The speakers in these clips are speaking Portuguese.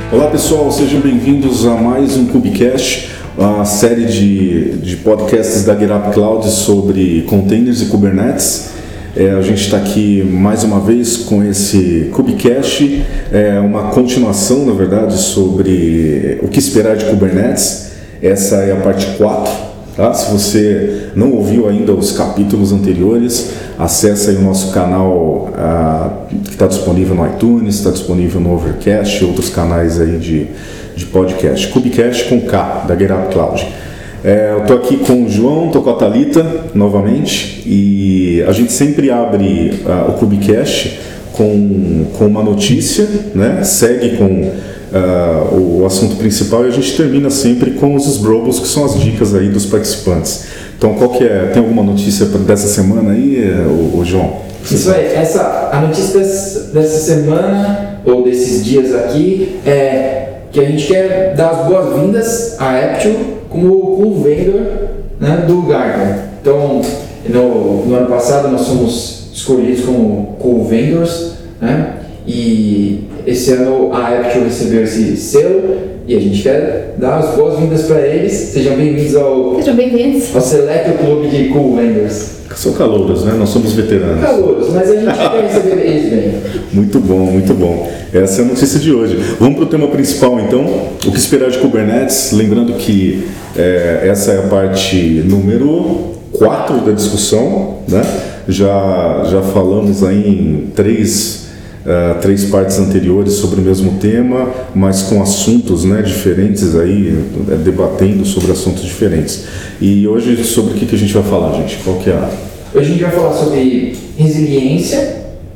Olá pessoal, sejam bem-vindos a mais um Kubecast, a série de podcasts da GitHub Cloud sobre containers e Kubernetes. A gente está aqui mais uma vez com esse Kubecast, uma continuação, na verdade, sobre o que esperar de Kubernetes. Essa é a parte 4. Tá? Se você não ouviu ainda os capítulos anteriores, acesse aí o nosso canal que está disponível no iTunes, está disponível no Overcast e outros canais aí de podcast. Kubecast com K, da GitHub Cloud. Eu estou aqui com o João, estou com a Thalita novamente, e a gente sempre abre o Kubecast com uma notícia, né? Segue com o assunto principal e a gente termina sempre com os Sbrobos, que são as dicas aí dos participantes. Então, qual que é? Tem alguma notícia dessa semana aí, o João? Isso aí, a notícia dessa semana, ou desses dias aqui, é que a gente quer dar as boas-vindas à Aptio como vendor, né, do Gartner. Então, no ano passado nós fomos escolhidos como co-vendors, né, e esse ano a Aptio recebeu esse selo e a gente quer dar as boas-vindas para eles. Sejam bem-vindos ao Select Clube de co-vendors. São calouros, né? Nós somos veteranos. Calouros, mas a gente quer receber eles bem. Muito bom, muito bom. Essa é a notícia de hoje. Vamos para o tema principal, então. O que esperar de Kubernetes? Lembrando que essa é a parte número 4 da discussão, né? Já falamos aí em três partes anteriores sobre o mesmo tema, mas com assuntos, né, diferentes aí, debatendo sobre assuntos diferentes. E hoje, sobre o que a gente vai falar, gente? Qual que é a... Hoje a gente vai falar sobre resiliência,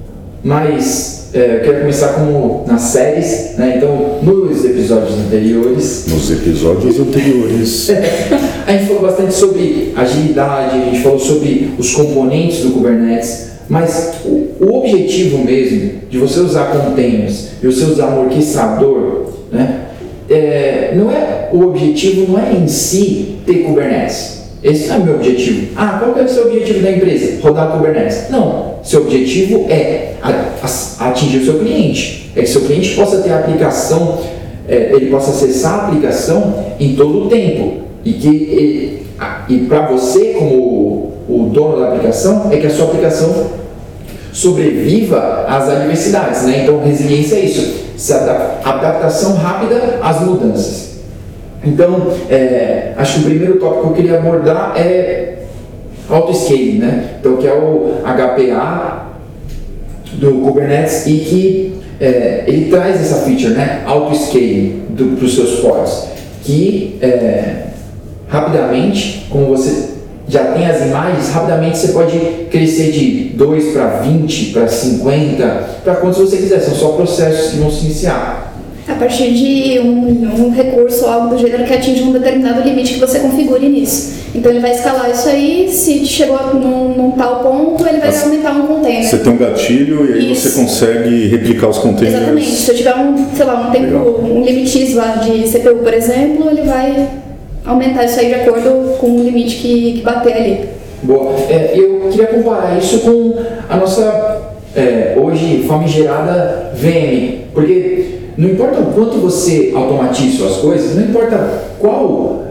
mas eu quero começar como nas séries, né? Então, nos episódios anteriores... a gente falou bastante sobre agilidade, a gente falou sobre os componentes do Kubernetes, mas o objetivo mesmo de você usar containers, de você usar um orquestrador, né? O objetivo não é em si ter Kubernetes. Esse não é o meu objetivo. Qual que é o seu objetivo da empresa? Rodar Kubernetes. Não. Seu objetivo é atingir o seu cliente. É que seu cliente possa ter a aplicação, ele possa acessar a aplicação em todo o tempo. E para você, como o dono da aplicação, é que a sua aplicação sobreviva às adversidades, né? Então, resiliência é isso. Adaptação rápida às mudanças. Então, acho que o primeiro tópico que eu queria abordar é auto-scaling, né? Então, que é o HPA do Kubernetes e que ele traz essa feature, né? Auto-scaling para os seus pods, que rapidamente, como você já tem as imagens, rapidamente você pode crescer de 2 para 20, para 50, para quantos você quiser, são só processos que vão se iniciar. A partir de um recurso ou algo do gênero que atinge um determinado limite que você configure nisso. Então ele vai escalar isso aí, se chegou num tal ponto, ele vai aumentar um container. Você tem um gatilho e aí você consegue replicar os containers. Exatamente. Se eu tiver um limite X lá de CPU, por exemplo, ele vai aumentar isso aí de acordo com o limite que bater ali. Boa. Eu queria comparar isso com a nossa, hoje, famigerada VM, porque não importa o quanto você automatize suas coisas, não importa qual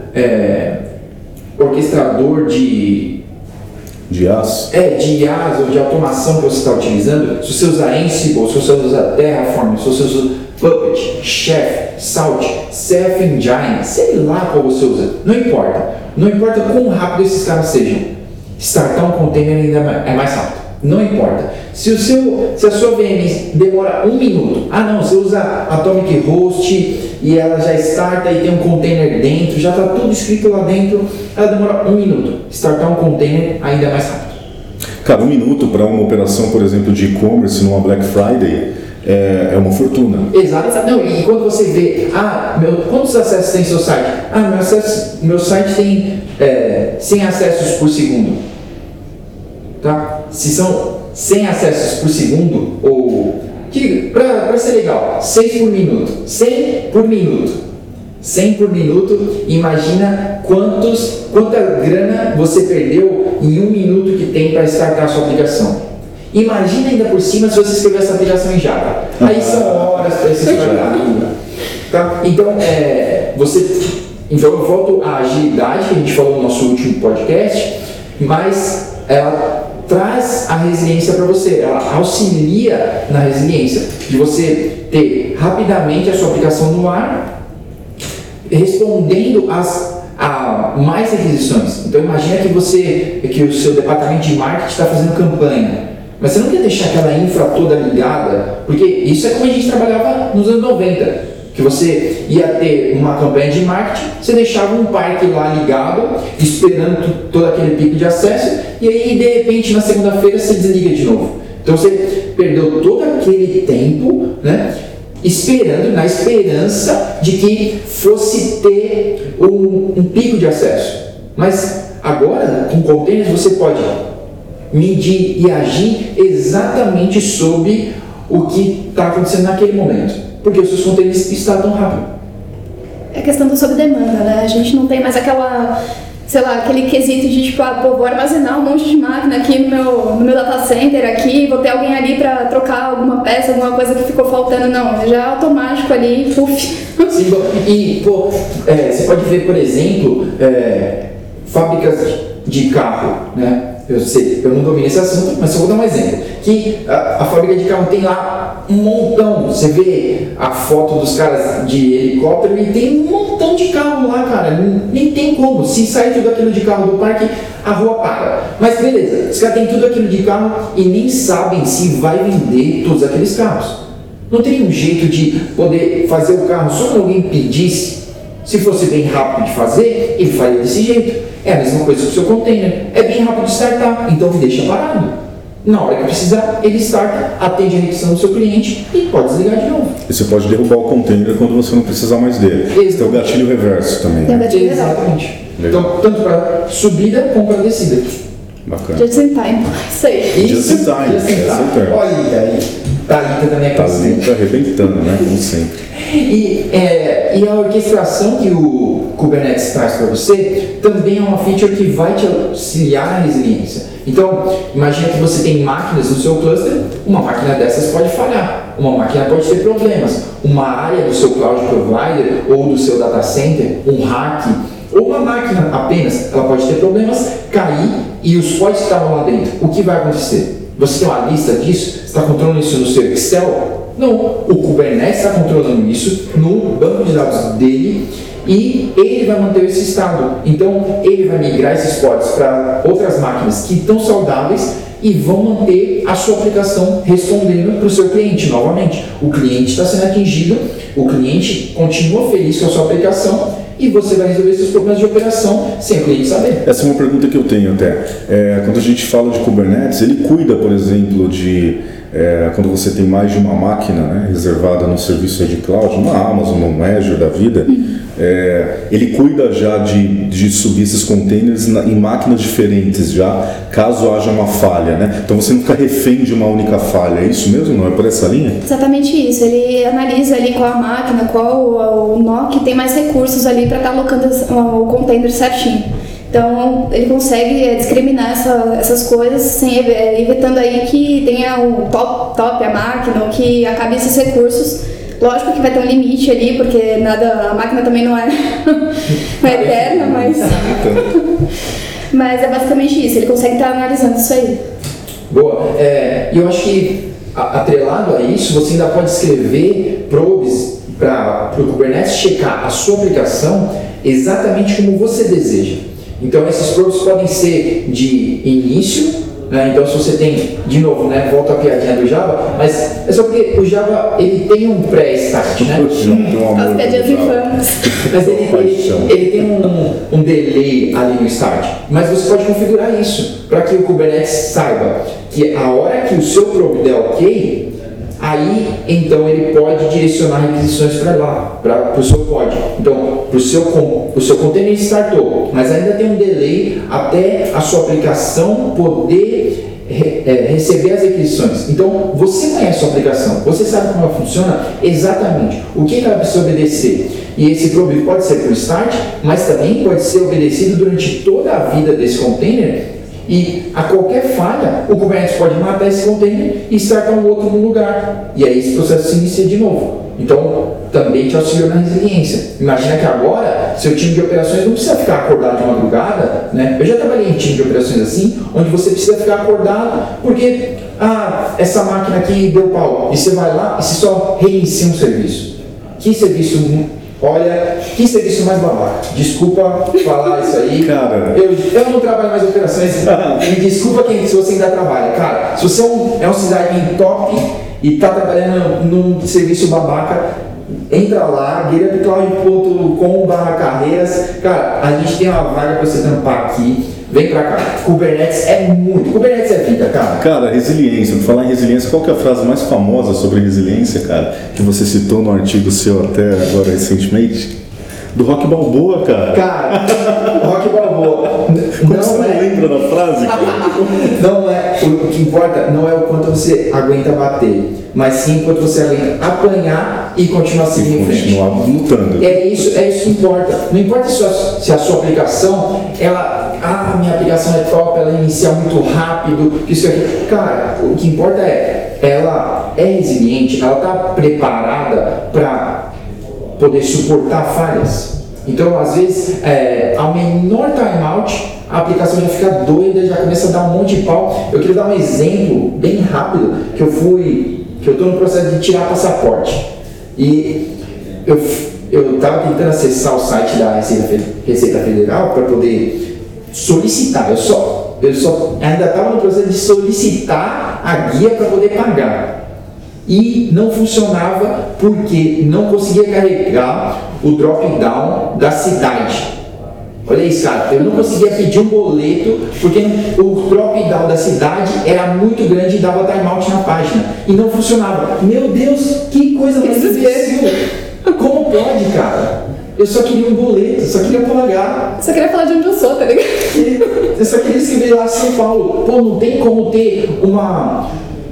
orquestrador de IaaS ou de automação que você está utilizando, se você usa Ansible, se você usa Terraform, se você usa Puppet, Chef, Salt, Ceph Engine, sei lá qual você usa, não importa. Não importa quão rápido esses caras sejam. Startar um container ainda é mais rápido. Não importa. Se a sua VM demora 1 minuto, você usa Atomic Host e ela já starta e tem um container dentro, já está tudo escrito lá dentro, ela demora 1 minuto. Startar um container ainda é mais rápido. Cara, 1 minuto para uma operação, por exemplo, de e-commerce numa Black Friday é uma fortuna. Exato. Não, e quando você vê, quantos acessos tem seu site? Meu site tem 100 acessos por segundo. Tá? Se são 100 acessos por segundo, ou para ser legal, 6 por minuto. 100 por minuto. 100 por minuto, imagina quanta grana você perdeu em 1 minuto que tem para startar a sua aplicação. Imagina ainda por cima se você escrever essa aplicação em Java. Aí são horas para esse trabalho. Tá? Então, então eu volto à agilidade que a gente falou no nosso último podcast, mas ela traz a resiliência para você, ela auxilia na resiliência, de você ter rapidamente a sua aplicação no ar, respondendo a mais requisições. Então imagina que o seu departamento de marketing está fazendo campanha, mas você não quer deixar aquela infra toda ligada, porque isso é como a gente trabalhava nos anos 90, que você ia ter uma campanha de marketing, você deixava um parque lá ligado, esperando todo aquele pico de acesso, e aí de repente na segunda-feira você desliga de novo. Então você perdeu todo aquele tempo, né, na esperança de que fosse ter um pico de acesso. Mas agora, com containers, você pode medir e agir exatamente sobre o que está acontecendo naquele momento, porque os seus containers estão tão rápido. É questão do sob demanda, né? A gente não tem mais aquele quesito de tipo, vou armazenar um monte de máquina aqui no meu data center aqui, vou ter alguém ali para trocar alguma peça, alguma coisa que ficou faltando. Não, já é automático ali, puf. Sim, e você pode ver, por exemplo, fábricas de carro, né? Eu não domino esse assunto, mas só vou dar um exemplo. Que a fábrica de carro tem lá um montão. Você vê a foto dos caras de helicóptero e tem um montão de carro lá, cara. Nem tem como. Se sair tudo aquilo de carro do parque, a rua para. Mas beleza, os caras têm tudo aquilo de carro e nem sabem se vai vender todos aqueles carros. Não tem um jeito de poder fazer o carro só quando alguém pedisse. Se fosse bem rápido de fazer, ele faria desse jeito. É a mesma coisa com o seu container. É bem rápido de startar, então deixa parado. Na hora que precisar, ele starta, atende a requisição do seu cliente e pode desligar de novo. E você pode derrubar o container quando você não precisar mais dele. Tem o gatilho reverso também. Tem o gatilho reverso. Exatamente. Então, tanto para subida como para descida. Bacana. Just in time. Isso aí. Just in time. Just in time. Olha aí. Thalita também é Talento arrebentando, né? Como sempre. E a orquestração que o Kubernetes traz para você também é uma feature que vai te auxiliar na resiliência. Então, imagina que você tem máquinas no seu cluster, uma máquina dessas pode falhar, uma máquina pode ter problemas, uma área do seu cloud provider ou do seu data center, um hack, ou uma máquina apenas, ela pode ter problemas, cair e os pods que estavam lá dentro, o que vai acontecer? Você tem uma lista disso? Você está controlando isso no seu Excel? Não, o Kubernetes está controlando isso no banco de dados dele e ele vai manter esse estado. Então, ele vai migrar esses pods para outras máquinas que estão saudáveis e vão manter a sua aplicação respondendo para o seu cliente novamente. O cliente está sendo atingido, o cliente continua feliz com a sua aplicação e você vai resolver seus problemas de operação sem o cliente saber. Essa é uma pergunta que eu tenho até. Quando a gente fala de Kubernetes, ele cuida, por exemplo, de... quando você tem mais de uma máquina, né, reservada no serviço de cloud, numa Amazon, num Azure da vida, ele cuida já de subir esses containers em máquinas diferentes já, caso haja uma falha, né? Então você não fica refém de uma única falha, é isso mesmo? Não é por essa linha? Exatamente isso, ele analisa ali qual a máquina, qual o nó que tem mais recursos ali para estar alocando o container certinho. Então, ele consegue discriminar essas coisas, evitando aí que tenha o top a máquina, ou que acabe esses recursos. Lógico que vai ter um limite ali, porque a máquina também não é eterna, mas é basicamente isso, ele consegue estar analisando isso aí. Boa, e eu acho que atrelado a isso, você ainda pode escrever probes para o Kubernetes checar a sua aplicação exatamente como você deseja. Então, esses probes podem ser de início, né? Então, se você tem, de novo, né, volta a piadinha do Java, mas é só porque o Java ele tem um pré-start, né? As piadinhas infames. Mas ele tem um delay ali no start. Mas você pode configurar isso para que o Kubernetes saiba que a hora que o seu probe der ok, aí então ele pode direcionar requisições para lá, para o seu pod. Então, o seu container startou, mas ainda tem um delay até a sua aplicação poder receber as requisições. Então, você conhece a sua aplicação, você sabe como ela funciona exatamente, o que ela precisa obedecer. E esse probe pode ser para o start, mas também pode ser obedecido durante toda a vida desse container E a qualquer falha, o Kubernetes pode matar esse container e startar um outro no lugar. E aí esse processo se inicia de novo. Então, também te auxiliou na resiliência. Imagina que agora, seu time de operações não precisa ficar acordado de madrugada, né? Eu já trabalhei em time de operações assim, onde você precisa ficar acordado porque, essa máquina aqui deu pau. E você vai lá e você só reinicia um serviço. Que serviço mais babaca. Desculpa falar isso aí. Cara. Eu não trabalho mais em operações. Me desculpa se você ainda trabalha. Cara, se você é um sysadmin top e está trabalhando num serviço babaca, entra lá, GitHub.com/carreiras. Cara, a gente tem uma vaga para você tampar aqui. Vem pra cá. Kubernetes é vida, cara. Cara, resiliência. Por falar em resiliência, qual que é a frase mais famosa sobre resiliência, cara? Que você citou no artigo seu até agora recentemente? Do Rock Balboa, cara. Cara, Rock Balboa. Como você não lembra da frase, cara? Não é. O que importa não é o quanto você aguenta bater, mas sim o quanto você aguenta apanhar e continuar seguindo em frente. Continuar lutando. É isso que importa. Não importa se a sua aplicação, minha aplicação é top, ela inicia muito rápido, isso aqui. Cara, o que importa ela é resiliente, ela está preparada para poder suportar falhas. Então, às vezes, ao menor timeout, a aplicação já fica doida, já começa a dar um monte de pau. Eu queria dar um exemplo bem rápido, que eu estou no processo de tirar passaporte. E eu estava tentando acessar o site da Receita Federal para poder solicitar. Eu só ainda estava no processo de solicitar a guia para poder pagar. E não funcionava porque não conseguia carregar o drop-down da cidade. Olha isso, cara, eu não conseguia pedir um boleto porque o drop-down da cidade era muito grande e dava timeout na página. E não funcionava. Meu Deus, que coisa mais imbecil! Como pode, cara? Eu só queria um boleto, só queria pagar. Só queria falar de onde eu sou, tá ligado? Eu só queria escrever lá São Paulo. Pô, não tem como ter uma...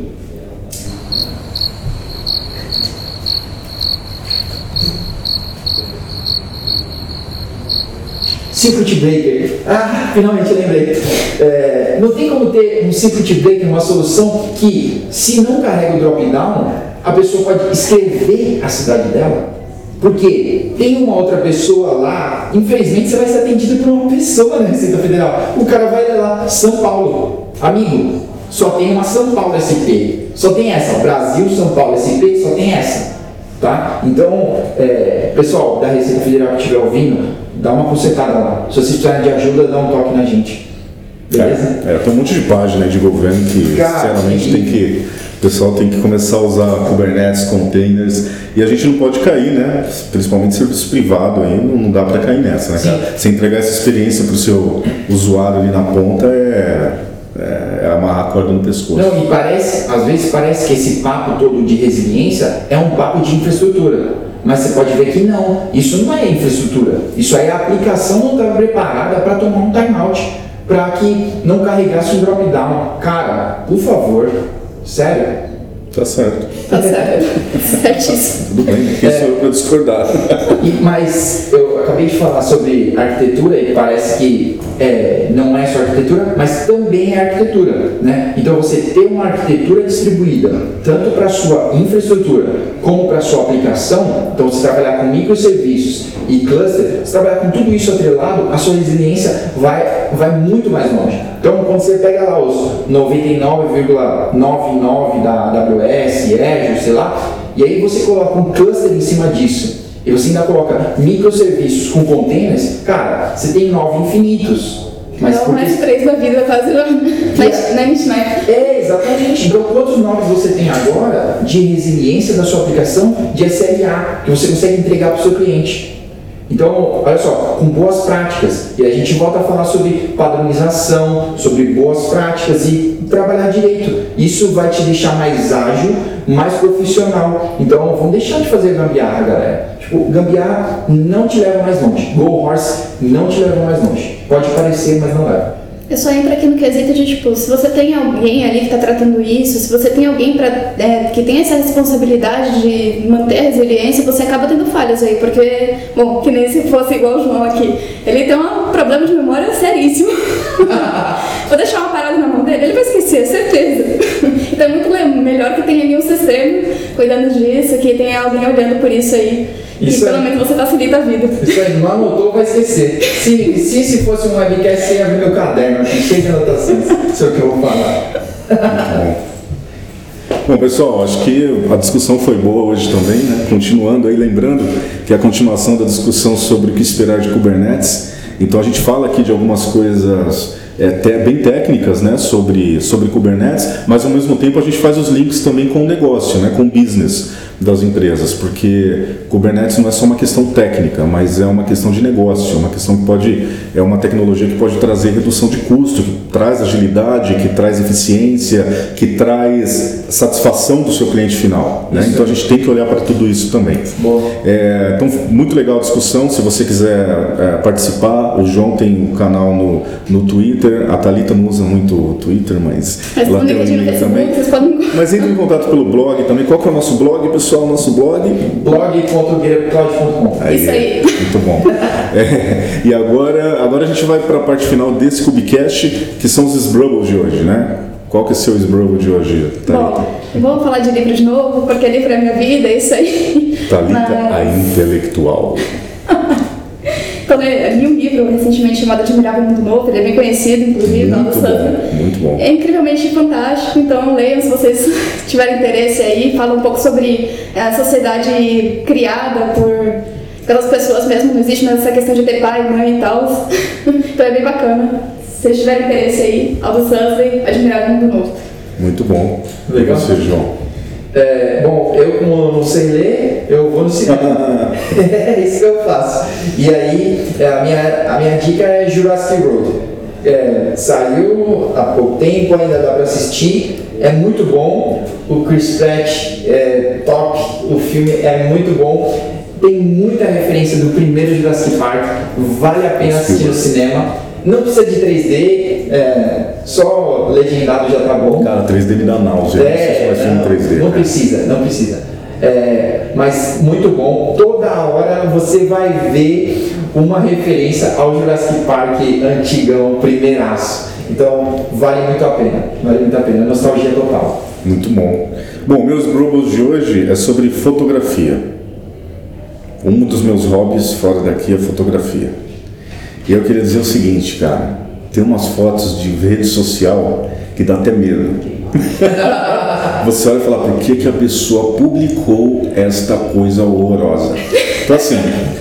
Circuit Breaker. Finalmente lembrei. Não tem como ter um Circuit Breaker, uma solução que, se não carrega o drop-down, a pessoa pode escrever a cidade dela. Porque tem uma outra pessoa lá, infelizmente você vai ser atendido por uma pessoa na Receita Federal. O cara vai lá, São Paulo. Amigo, só tem uma São Paulo SP. Só tem essa. Brasil, São Paulo SP, só tem essa. Tá? Então, pessoal da Receita Federal que estiver ouvindo, dá uma consertada lá. Se vocês precisarem de ajuda, dá um toque na gente. Beleza? Tem um monte de página de governo que, sinceramente, o pessoal tem que começar a usar Kubernetes, containers, e a gente não pode cair, né? Principalmente serviço privado aí, não dá para cair nessa, né, cara? Você entregar essa experiência para o seu usuário ali na ponta amarrar a corda no pescoço. Não, e às vezes parece que esse papo todo de resiliência é um papo de infraestrutura. Mas você pode ver que não, isso não é infraestrutura. Isso aí a aplicação não estava preparada para tomar um timeout, para que não carregasse um drop-down. Cara, por favor, sério. Tá certo. Tá certo. Certíssimo. Tudo bem, aqui sou eu para discordar. Mas eu acabei de falar sobre arquitetura e parece que não é só arquitetura, mas também é arquitetura, né? Então você ter uma arquitetura distribuída, tanto para a sua infraestrutura como para a sua aplicação, então você trabalhar com microserviços e cluster, você trabalhar com tudo isso atrelado, a sua resiliência vai muito mais longe. Então quando você pega lá os 99,99 da AWS, Azure, sei lá, e aí você coloca um cluster em cima disso, e você ainda coloca microserviços com containers, cara, você tem 9 infinitos. Mas não, mais 3 da vida quase não é 29. Exatamente. Então, quantos 9 você tem agora de resiliência da sua aplicação de SLA, que você consegue entregar para o seu cliente? Então, olha só, com boas práticas, e a gente volta a falar sobre padronização, sobre boas práticas e trabalhar direito. Isso vai te deixar mais ágil, mais profissional. Então, vamos deixar de fazer gambiarra, galera. Gambiarra não te leva mais longe. Go Horse não te leva mais longe. Pode parecer, mas não leva. só entra aqui no quesito de, tipo, se você tem alguém ali que está tratando isso, se você tem alguém que tem essa responsabilidade de manter a resiliência, você acaba tendo falhas aí, porque, bom, que nem se fosse igual o João aqui, ele tem um problema de memória seríssimo. Vou deixar uma parada na mão dele, ele vai esquecer, certeza. Então é muito melhor que tenha ali um sistema cuidando disso, que tenha alguém olhando por isso aí. Isso e pelo menos você facilita a vida. Isso aí, não anotou, vai esquecer. Se fosse um webcast, você ia ver meu caderno aqui, cheio de anotações. Isso é o que eu vou falar. Bom, pessoal, acho que a discussão foi boa hoje também, né? Continuando aí, lembrando que é a continuação da discussão sobre o que esperar de Kubernetes. Então a gente fala aqui de algumas coisas até bem técnicas, né, sobre Kubernetes, mas ao mesmo tempo a gente faz os links também com o negócio, né, com o business das empresas, porque Kubernetes não é só uma questão técnica, mas é uma questão de negócio, uma questão que é uma tecnologia que pode trazer redução de custo, que traz agilidade, que traz eficiência, que traz satisfação do seu cliente final, né? Então a gente tem que olhar para tudo isso também. Então, muito legal a discussão. Se você quiser participar, o João tem um canal no Twitter, a Thalita não usa muito o Twitter, mas ela tem um e-mail também. Mas entre em contato pelo blog também. Qual que é o nosso blog, pessoal? Nosso blog? blog.guerapcloud.com. Isso aí. Muito bom. E agora a gente vai para a parte final desse Kubecast, que são os Sbrubbles de hoje, né? Qual que é o seu Sbrubble de hoje, Thalita? Bom, vamos falar de livro de novo, porque livro é minha vida, é isso aí. Thalita, a intelectual. Então, eu li um livro recentemente chamado Admirável Mundo Novo, ele é bem conhecido, inclusive. Muito bom. É incrivelmente fantástico, então leiam se vocês tiverem interesse aí. Fala um pouco sobre a sociedade criada pelas pessoas mesmo, não existe mais essa questão de ter pai, mãe e tal. Então é bem bacana. Se vocês tiverem interesse aí, Aldous Huxley, Admirável Mundo Novo. Muito bom. Legal. E você, João? Bom, eu como não sei ler, eu vou no cinema. É isso que eu faço. E aí, a minha dica é Jurassic World. Saiu há pouco tempo, ainda dá pra assistir. É muito bom. O Chris Pratt é top. O filme é muito bom. Tem muita referência do primeiro Jurassic Park. Vale a pena assistir no cinema. Não precisa de 3D, só legendado já tá bom. Cara, 3D me dá náusea. Não precisa. Mas muito bom. Toda hora você vai ver uma referência ao Jurassic Park antigão, primeiraço. Então vale muito a pena. Nostalgia total. Muito bom. Bom, meus Sbrubbles de hoje é sobre fotografia. Um dos meus hobbies fora daqui é fotografia. E eu queria dizer o seguinte, cara, tem umas fotos de rede social que dá até medo. Você olha e fala, por que a pessoa publicou esta coisa horrorosa? Então assim,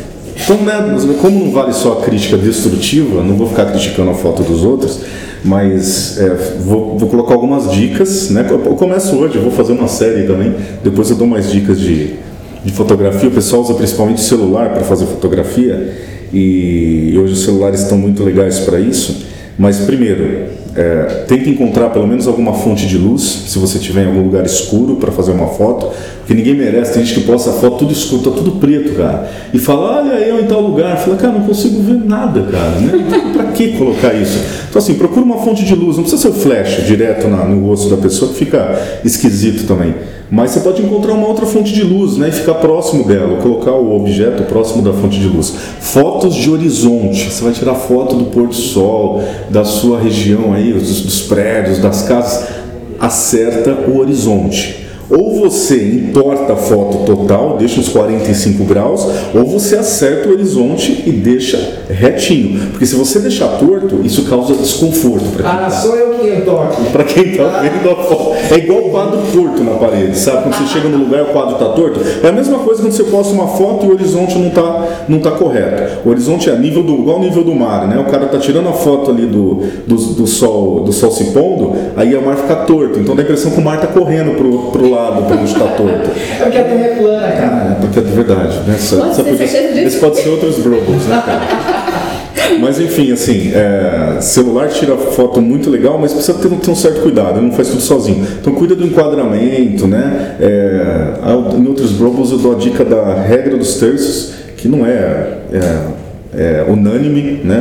como não vale só a crítica destrutiva, não vou ficar criticando a foto dos outros, mas vou colocar algumas dicas, né? Eu começo hoje, eu vou fazer uma série também, depois eu dou mais dicas de fotografia. O pessoal usa principalmente celular para fazer fotografia, e hoje os celulares estão muito legais para isso. Mas primeiro, tente encontrar pelo menos alguma fonte de luz, se você estiver em algum lugar escuro para fazer uma foto, porque ninguém merece. Tem gente que posta a foto tudo escuro, tá tudo preto, cara, e fala, olha eu em tal lugar. Fala, cara, não consigo ver nada, cara, né? Então, pra que colocar isso? Então assim, procura uma fonte de luz, não precisa ser o flash direto no rosto da pessoa, que fica esquisito também. Mas você pode encontrar uma outra fonte de luz, né, e ficar próximo dela, colocar o objeto próximo da fonte de luz. Fotos de horizonte, você vai tirar foto do pôr do sol, da sua região aí, dos prédios, das casas. Acerta o horizonte. Ou você entorta a foto total, deixa uns 45 graus, ou você acerta o horizonte e deixa retinho. Porque se você deixar torto, isso causa desconforto para quem sou eu que entorto. Para quem está vendo a foto. É igual o quadro torto na parede, sabe? Quando você chega no lugar e o quadro está torto. É a mesma coisa quando você posta uma foto e o horizonte não tá correto. O horizonti é igual ao nível do mar, né? O cara está tirando a foto ali do sol se pondo, aí o mar fica torto. Então dá a impressão que o mar está correndo pro lado. Para não estar torto. É porque a Terra é plana, cara. Porque é de verdade, né? Esse pode ser outros Sbrubbles, né, cara? Mas enfim, assim, celular tira foto muito legal, mas precisa ter um certo cuidado, ele não faz tudo sozinho. Então cuida do enquadramento, né? Em outros Sbrubbles eu dou a dica da regra dos terços, que não é unânime, né?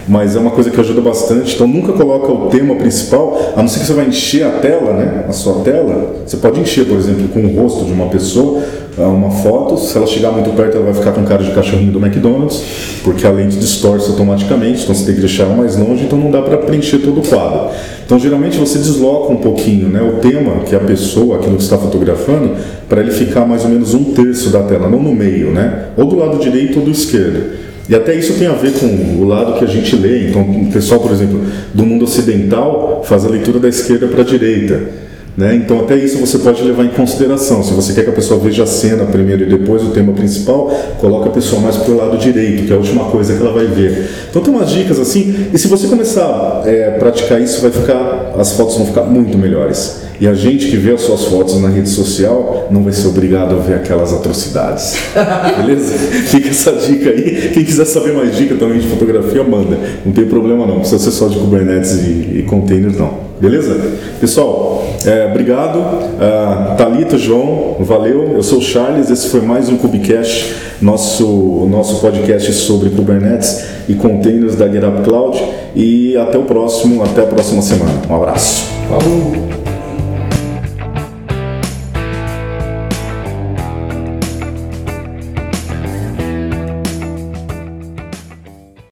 mas é uma coisa que ajuda bastante. Então nunca coloca o tema principal, a não ser que você vai encher a tela, né? A sua tela, você pode encher, por exemplo, com o rosto de uma pessoa, uma foto. Se ela chegar muito perto, ela vai ficar com cara de cachorrinho do McDonald's, porque a lente distorce automaticamente, então você tem que deixar ela mais longe, então não dá para preencher todo o quadro. Então geralmente você desloca um pouquinho, né, o tema, que é a pessoa, aquilo que você está fotografando, para ele ficar mais ou menos 1/3 da tela, não no meio, né? Ou do lado direito ou do esquerdo. E até isso tem a ver com o lado que a gente lê. Então o pessoal, por exemplo, do mundo ocidental faz a leitura da esquerda para a direita, né? Então até isso você pode levar em consideração. Se você quer que a pessoa veja a cena primeiro e depois o tema principal, coloca a pessoa mais para o lado direito, que é a última coisa que ela vai ver. Então tem umas dicas assim, e se você começar a praticar isso, as fotos vão ficar muito melhores. E a gente que vê as suas fotos na rede social não vai ser obrigado a ver aquelas atrocidades. Beleza? Fica essa dica aí. Quem quiser saber mais dica também de fotografia, manda. Não tem problema não, precisa ser só de Kubernetes e containers não. Beleza? Pessoal, obrigado. Thalita, João, valeu. Eu sou o Charles, esse foi mais um KubeCast, nosso podcast sobre Kubernetes e containers da GitHub Cloud. E até a próxima semana. Um abraço. Falou!